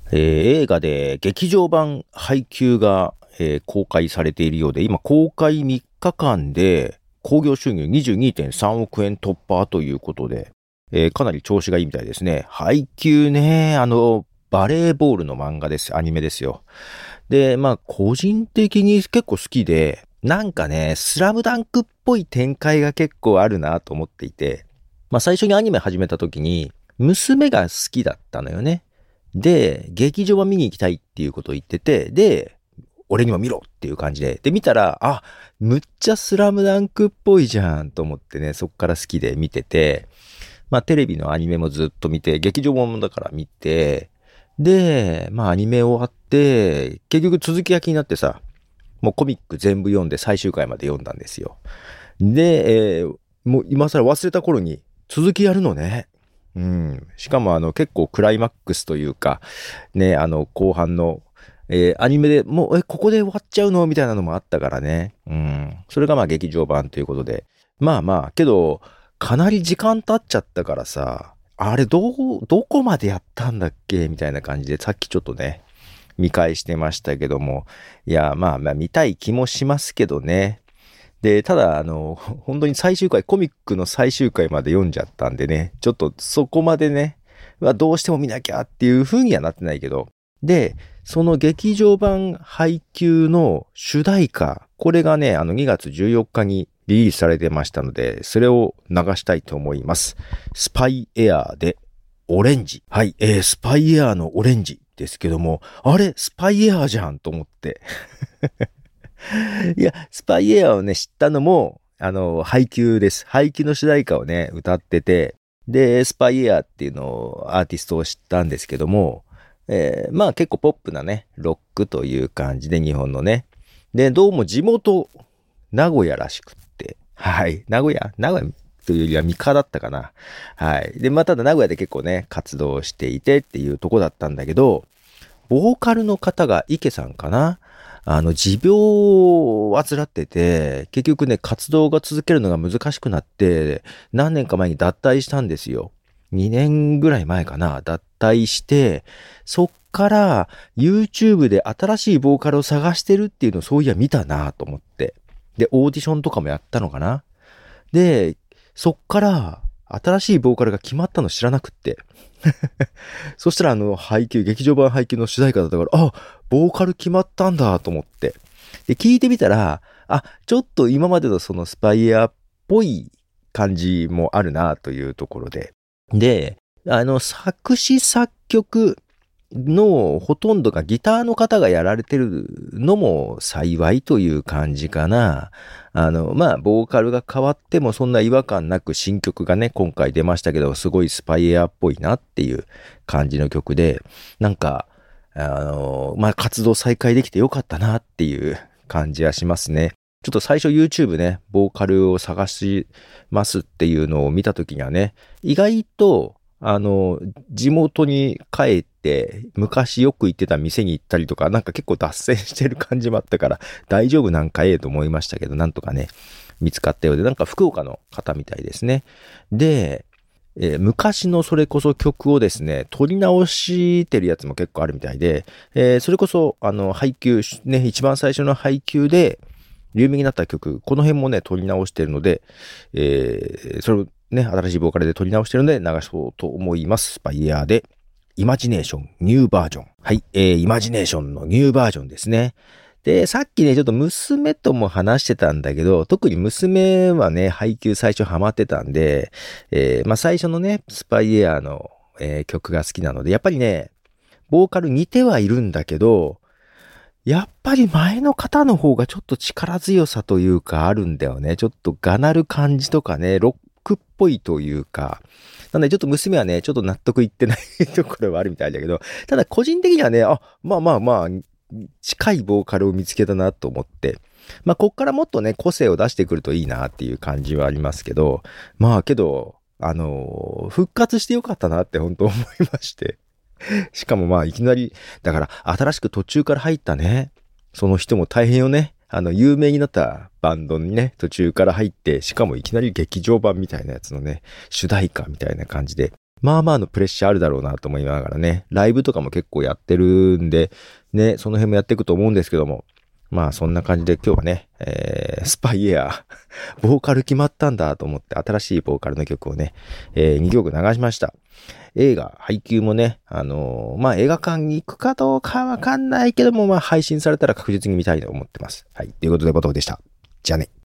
映画で劇場版配給が、公開されているようで、今公開3日間で興行収入22.3億円突破ということで、かなり調子がいいみたいですね。配給ね、バレーボールの漫画です。アニメですよ。で、個人的に結構好きで、なんかね、スラムダンクっぽい展開が結構あるなと思っていて、最初にアニメ始めた時に、娘が好きだったのよね。で、劇場は見に行きたいっていうことを言ってて、で、俺にも見ろっていう感じで。で、見たら、むっちゃスラムダンクっぽいじゃんと思ってね、そっから好きで見てて、テレビのアニメもずっと見て、劇場もだから見て、で、アニメ終わって、結局続きが気になってさ、もうコミック全部読んで最終回まで読んだんですよ。で、もう今更忘れた頃に続きやるのね。うん。しかも結構クライマックスというか、ね、後半の、アニメでもう、ここで終わっちゃうのみたいなのもあったからね。うん。それが劇場版ということで。けど、かなり時間経っちゃったからさ、あれどこまでやったんだっけみたいな感じで、さっきちょっとね、見返してましたけども。いや、見たい気もしますけどね。で、ただ、本当に最終回、コミックの最終回まで読んじゃったんでね、ちょっとそこまでね、どうしても見なきゃっていう風にはなってないけど、で、その劇場版配給の主題歌、これがね、2月14日にリリースされてましたので、それを流したいと思います。スパイエアーでオレンジ。はい、スパイエアーのオレンジですけども、あれ、スパイエアーじゃんと思って。いや、スパイエアをね、知ったのも、配給です。配給の主題歌をね、歌ってて、で、スパイエアっていうのをアーティストを知ったんですけども、結構ポップなね、ロックという感じで日本のね。で、どうも地元、名古屋らしくって、はい。名古屋というよりは三河だったかな。はい。で、ただ名古屋で結構ね、活動していてっていうとこだったんだけど、ボーカルの方が池さんかな。持病を患ってて、結局ね、活動が続けるのが難しくなって、何年か前に脱退したんですよ。2年ぐらい前かな、脱退して、そっから YouTube で新しいボーカルを探してるっていうのをそういや見たなと思って。で、オーディションとかもやったのかな。で、そっから新しいボーカルが決まったの知らなくって。そしたら劇場版配給の主題歌だったから、ボーカル決まったんだと思って。で、聞いてみたら、ちょっと今までのそのスパイエアっぽい感じもあるなというところで。で、作詞作曲のほとんどがギターの方がやられてるのも幸いという感じかな。ボーカルが変わってもそんな違和感なく新曲がね、今回出ましたけど、すごいスパイエアっぽいなっていう感じの曲で、なんか、活動再開できてよかったなっていう感じはしますね。ちょっと最初 YouTube ね、ボーカルを探しますっていうのを見たときにはね、意外と、地元に帰って、昔よく行ってた店に行ったりとか、なんか結構脱線してる感じもあったから、大丈夫なんかと思いましたけど、なんとかね、見つかったようで、なんか福岡の方みたいですね。で、昔のそれこそ曲をですね、撮り直してるやつも結構あるみたいで、それこそ、配給、ね、一番最初の配給で、有名になった曲、この辺もね、撮り直してるので、それをね、新しいボーカルで撮り直してるので流そうと思います。スパイエアーで、イマジネーション、ニューバージョン。はい、イマジネーションのニューバージョンですね。で、さっきね、ちょっと娘とも話してたんだけど、特に娘はね、配給最初ハマってたんで、最初のね、スパイエアーの、曲が好きなので、やっぱりね、ボーカル似てはいるんだけど、やっぱり前の方の方がちょっと力強さというかあるんだよね。ちょっとがなる感じとかね、ロックっぽいというか。なのでちょっと娘はね、ちょっと納得いってないところはあるみたいだけど、ただ個人的にはね、近いボーカルを見つけたなと思って。こっからもっとね、個性を出してくるといいなっていう感じはありますけど、けど、復活してよかったなって本当思いまして。しかもいきなり、だから新しく途中から入ったね、その人も大変よね。有名になったバンドにね、途中から入って、しかもいきなり劇場版みたいなやつのね、主題歌みたいな感じで、 まあまあのプレッシャーあるだろうなと思いながらね、ライブとかも結構やってるんで、ね、その辺もやっていくと思うんですけども、まあそんな感じで今日はね、スパイエアー、ボーカル決まったんだと思って新しいボーカルの曲をね、2曲流しました。映画、配給もね、まあ映画館に行くかどうかわかんないけども、まあ配信されたら確実に見たいと思ってます。はい。ということで、ボトフでした。じゃあね。